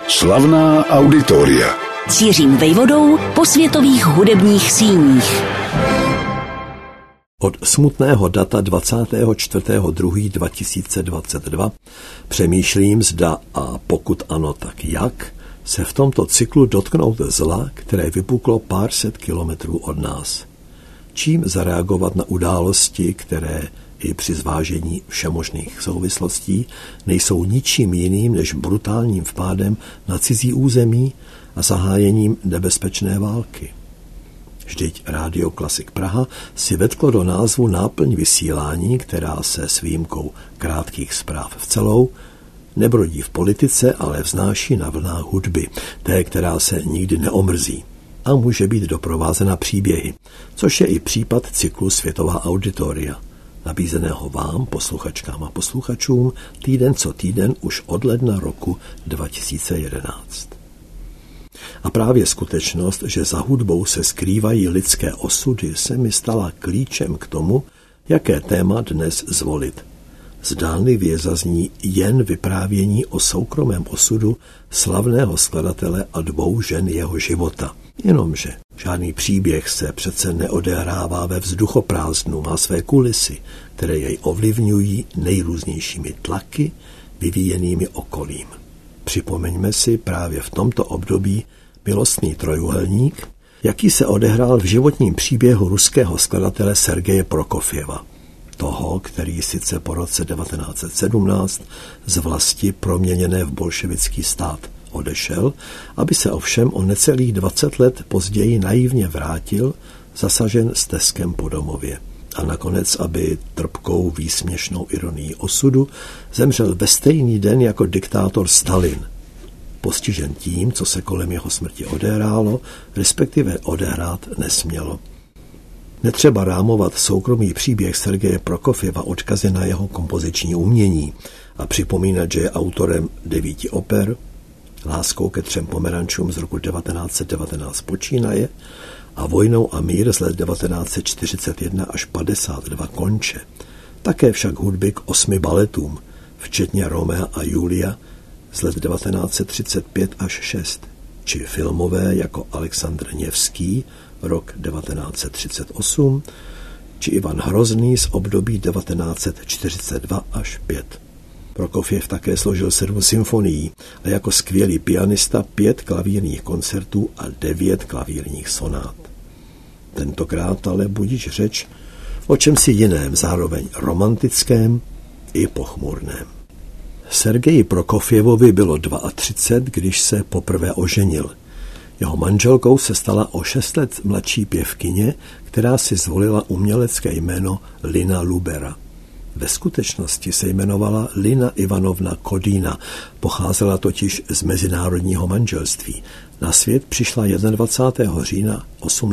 Slavná auditoria. Cířím vejvodou po světových hudebních síních. Od smutného data 24.2.2022 přemýšlím, zda a pokud ano, tak jak se v tomto cyklu dotknout zla, které vypuklo pár set kilometrů od nás. Čím zareagovat na události, které i při zvážení všemožných souvislostí nejsou ničím jiným než brutálním vpádem na cizí území a zahájením nebezpečné války. Vždyť Rádio Klasik Praha si vetklo do názvu náplň vysílání, která se s výjimkou krátkých zpráv v celou nebrodí v politice, ale vznáší na vlnách hudby, té, která se nikdy neomrzí a může být doprovázena příběhy, což je i případ cyklu Světová auditoria, nabízeného vám, posluchačkám a posluchačům, týden co týden už od ledna roku 2011. A právě skutečnost, že za hudbou se skrývají lidské osudy, se mi stala klíčem k tomu, jaké téma dnes zvolit. Zdánlivě zazní jen vyprávění o soukromém osudu slavného skladatele a dvou žen jeho života. Jenomže žádný příběh se přece neodehrává ve vzduchoprázdnu, má své kulisy, které jej ovlivňují nejrůznějšími tlaky vyvíjenými okolím. Připomeňme si právě v tomto období milostný trojúhelník, jaký se odehrál v životním příběhu ruského skladatele Sergeje Prokofjeva. Toho, který sice po roce 1917 z vlasti proměněné v bolševický stát odešel, aby se ovšem o necelých 20 let později naivně vrátil, zasažen steskem po domově. A nakonec, aby trpkou výsměšnou ironií osudu, zemřel ve stejný den jako diktátor Stalin. Postižen tím, co se kolem jeho smrti odehrálo, respektive odehrát nesmělo. Netřeba rámovat soukromý příběh Sergeje Prokofjeva odkazy na jeho kompoziční umění a připomínat, že je autorem 9 oper, Láskou ke 3 pomerančům z roku 1919 počínaje a Vojnou a mír z let 1941 až 52 konče. Také však hudby k 8 baletům, včetně Romea a Julia z let 1935 až 6, či filmové jako Alexandr Něvský, rok 1938, či Ivan Hrozný z období 1942 až 5. Prokofjev také složil 7 symfonií a jako skvělý pianista 5 klavírních koncertů a 9 klavírních sonát. Tentokrát ale budiž řeč o čemsi jiném, zároveň romantickém i pochmurném. Sergeji Prokofjevovi bylo 32, když se poprvé oženil. Jeho manželkou se stala o 6 let mladší pěvkyně, která si zvolila umělecké jméno Lina Lubera. Ve skutečnosti se jmenovala Lina Ivanovna Kodýna, pocházela totiž z mezinárodního manželství. Na svět přišla 21. října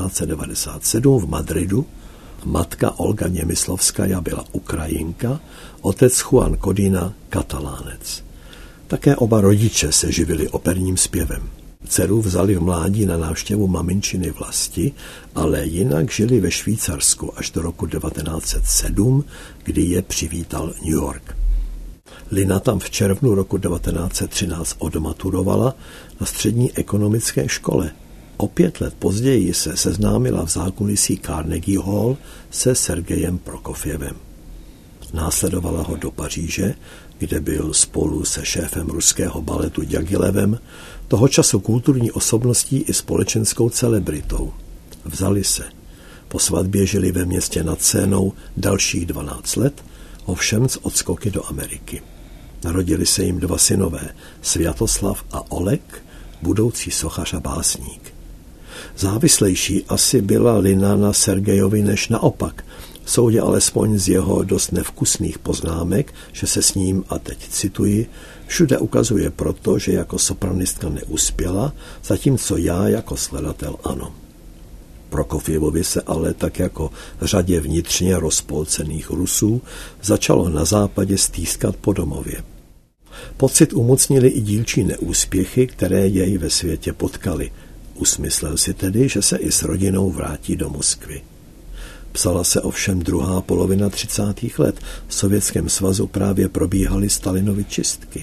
1897 v Madridu, matka Olga Němislovskaja byla Ukrajinka, otec Juan Kodýna Katalánec. Také oba rodiče se živili operním zpěvem. Dceru vzali v mládí na návštěvu maminčiny vlasti, ale jinak žili ve Švýcarsku až do roku 1907, kdy je přivítal New York. Lina tam v červnu roku 1913 odmaturovala na střední ekonomické škole. O 5 let později se seznámila v zákulisí Carnegie Hall se Sergejem Prokofjevem. Následovala ho do Paříže, kde byl spolu se šéfem ruského baletu Djagilevem, toho času kulturní osobností i společenskou celebritou. Vzali se. Po svatbě žili ve městě nad Senou dalších 12 let, ovšem s odskoky do Ameriky. Narodili se jim 2 synové, Sviatoslav a Oleg, budoucí sochař a básník. Závislejší asi byla Lina na Sergejovi než naopak, soudě alespoň z jeho dost nevkusných poznámek, že se s ním, a teď cituji, všude ukazuje proto, že jako sopranistka neuspěla, zatímco já jako skladatel ano. Prokofjevovi se ale tak jako řadě vnitřně rozpolcených Rusů začalo na západě stýskat po domově. Pocit umocnili i dílčí neúspěchy, které jej ve světě potkaly. Usmyslel si tedy, že se i s rodinou vrátí do Moskvy. Psala se ovšem druhá polovina 30. let. V Sovětském svazu právě probíhaly Stalinovy čistky.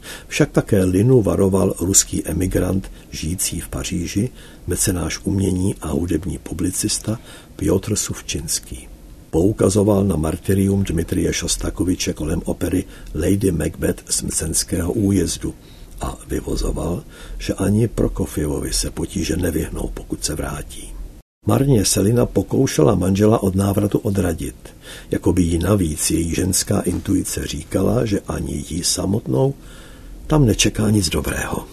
Však také Linu varoval ruský emigrant žijící v Paříži, mecenáš umění a hudební publicista Pjotr Suvčinský. Poukazoval na martyrium Dmitrije Šostakoviče kolem opery Lady Macbeth z Mcenského újezdu a vyvozoval, že ani Prokofjevovi se potíže nevyhnou, pokud se vrátí. Marně se Lina pokoušela manžela od návratu odradit, jako by jí navíc její ženská intuice říkala, že ani jí samotnou tam nečeká nic dobrého.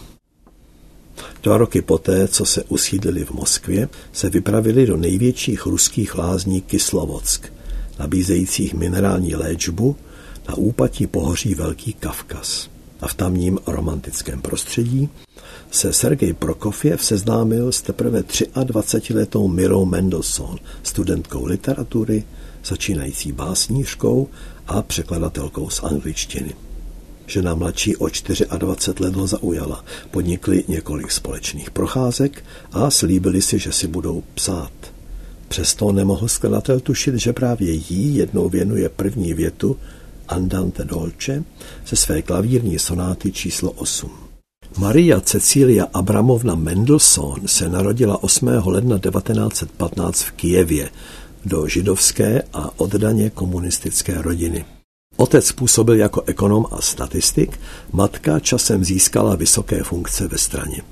2 roky poté, co se usídlili v Moskvě, se vypravili do největších ruských lázní Kyslovodsk, nabízejících minerální léčbu na úpatí pohoří Velký Kavkaz. A v tamním romantickém prostředí se Sergej Prokofjev seznámil s teprve 23letou Mirou Mendelssohn, studentkou literatury, začínající básnířkou a překladatelkou z angličtiny. Žena mladší o 24 let ho zaujala, podnikli několik společných procházek a slíbili si, že si budou psát. Přesto nemohl skladatel tušit, že právě jí jednou věnuje první větu Andante dolce ze své klavírní sonáty číslo 8. Maria Cecilia Abramovna Mendelssohn se narodila 8. ledna 1915 v Kyjevě do židovské a oddaně komunistické rodiny. Otec působil jako ekonom a statistik, matka časem získala vysoké funkce ve straně.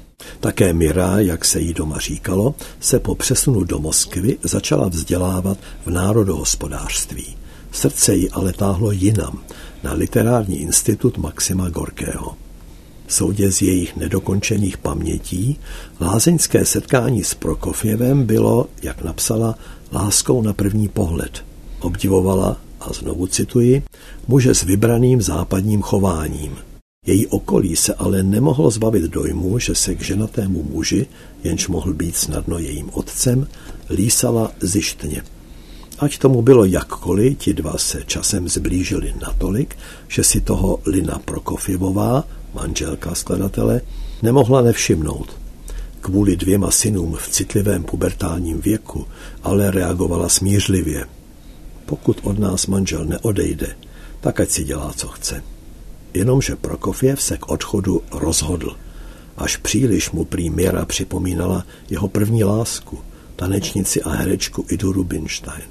Také Mira, jak se jí doma říkalo, se po přesunu do Moskvy začala vzdělávat v národohospodářství. Srdce jí ale táhlo jinam, na literární institut Maxima Gorkého. V soudě z jejich nedokončených pamětí lázeňské setkání s Prokofjevem bylo, jak napsala, láskou na první pohled. Obdivovala, a znovu cituji, muže s vybraným západním chováním. Její okolí se ale nemohlo zbavit dojmu, že se k ženatému muži, jenž mohl být snadno jejím otcem, lísala zištně. Ať tomu bylo jakkoliv, ti dva se časem zblížili natolik, že si toho Lina Prokofjevová, manželka skladatele, nemohla nevšimnout. Kvůli 2 synům v citlivém pubertálním věku ale reagovala smířlivě. Pokud od nás manžel neodejde, tak ať si dělá, co chce. Jenomže Prokofjev se k odchodu rozhodl. Až příliš mu prý Mira připomínala jeho první lásku, tanečnici a herečku Idu Rubinstein.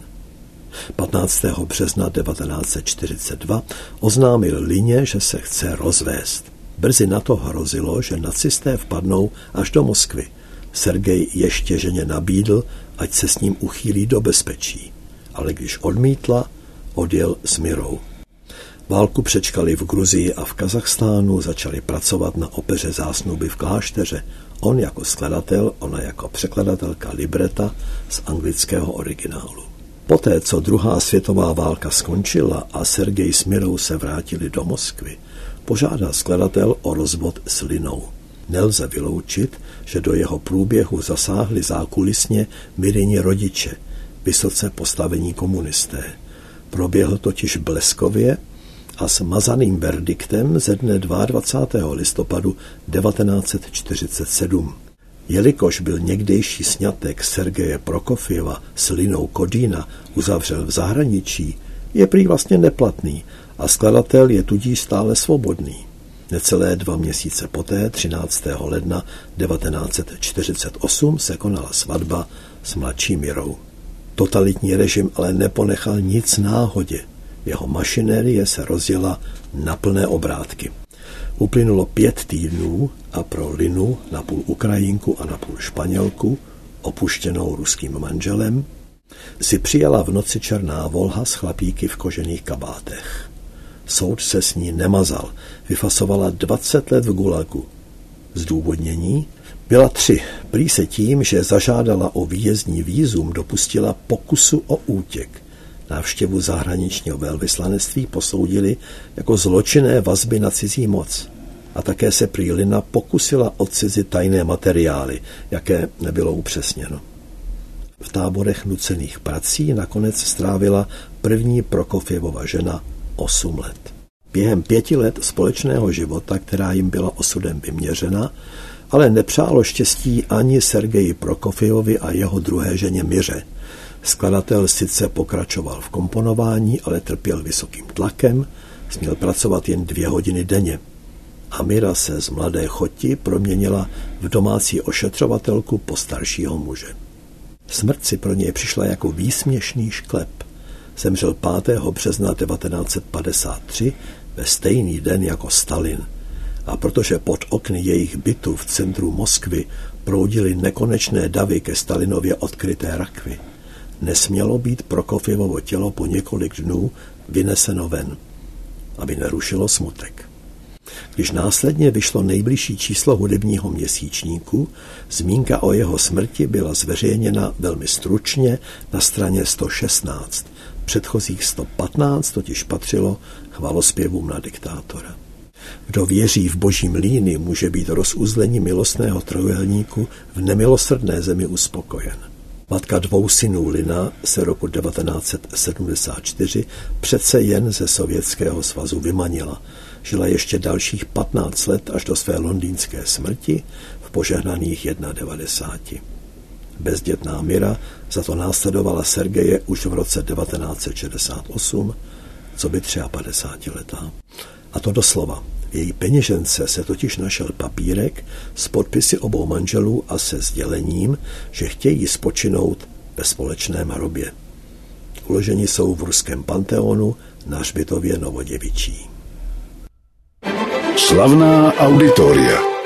15. března 1942 oznámil Lině, že se chce rozvést. Brzy na to hrozilo, že nacisté vpadnou až do Moskvy. Sergej ještě ženě nabídl, ať se s ním uchýlí do bezpečí. Ale když odmítla, odjel s Mirou. Válku přečkali v Gruzii a v Kazachstánu, začali pracovat na opeře Zásnuby v klášteře. On jako skladatel, ona jako překladatelka libreta z anglického originálu. Poté, co 2. světová válka skončila a Sergej s Mirou se vrátili do Moskvy, požádal skladatel o rozvod s Linou. Nelze vyloučit, že do jeho průběhu zasáhli zákulisně Mirini rodiče, vysoce postavení komunisté. Proběhl totiž bleskově a s mazaným verdiktem ze dne 22. listopadu 1947. Jelikož byl někdejší sňatek Sergeje Prokofjeva s Linou Kodýna uzavřel v zahraničí, je prý vlastně neplatný a skladatel je tudíž stále svobodný. Necelé 2 měsíce poté, 13. ledna 1948, se konala svatba s mladší Mirou. Totalitní režim ale neponechal nic náhodě. Jeho mašinérie se rozjela na plné obrátky. Uplynulo 5 týdnů a pro Linu, napůl Ukrajinku a napůl Španělku, opuštěnou ruským manželem, si přijela v noci černá Volha s chlapíky v kožených kabátech. Soud se s ní nemazal, vyfasovala 20 let v gulagu. Zdůvodnění byla 3. Prý se tím, že zažádala o výjezdní vízum, dopustila pokusu o útěk. Návštěvu zahraničního velvyslanectví posoudili jako zločinné vazby na cizí moc. A také se prý Lina pokusila odcizit tajné materiály, jaké nebylo upřesněno. V táborech nucených prací nakonec strávila první Prokofjevova žena 8 let. Během 5 let společného života, která jim byla osudem vyměřena, ale nepřálo štěstí ani Sergeji Prokofjevovi a jeho druhé ženě Miře. Skladatel sice pokračoval v komponování, ale trpěl vysokým tlakem, směl pracovat jen 2 hodiny denně. a Mira se z mladé choti proměnila v domácí ošetřovatelku postaršího muže. Smrt si pro něj přišla jako výsměšný šklep. Zemřel 5. března 1953 ve stejný den jako Stalin. A protože pod okny jejich bytu v centru Moskvy proudily nekonečné davy ke Stalinově odkryté rakvi, nesmělo být Prokofjevovo tělo po několik dnů vyneseno ven, aby nerušilo smutek. Když následně vyšlo nejbližší číslo hudebního měsíčníku, zmínka o jeho smrti byla zveřejněna velmi stručně na straně 116. Předchozích 115 totiž patřilo chvalospěvům na diktátora. Kdo věří v boží mlýny, může být rozuzlení milostného trojúhelníku v nemilosrdné zemi uspokojen. Matka 2 synů Lina se roku 1974 přece jen ze Sovětského svazu vymanila. Žila ještě dalších 15 let až do své londýnské smrti v požehnaných 91. Bezdětná Mira za to následovala Sergeje už v roce 1968, co by 53letá. A to doslova. V její peněžence se totiž našel papírek s podpisy obou manželů a se sdělením, že chtějí spočinout ve společném hrobě. Uloženi jsou v ruském Panteonu na hřbitově Novoděvičí. Slavná auditoria.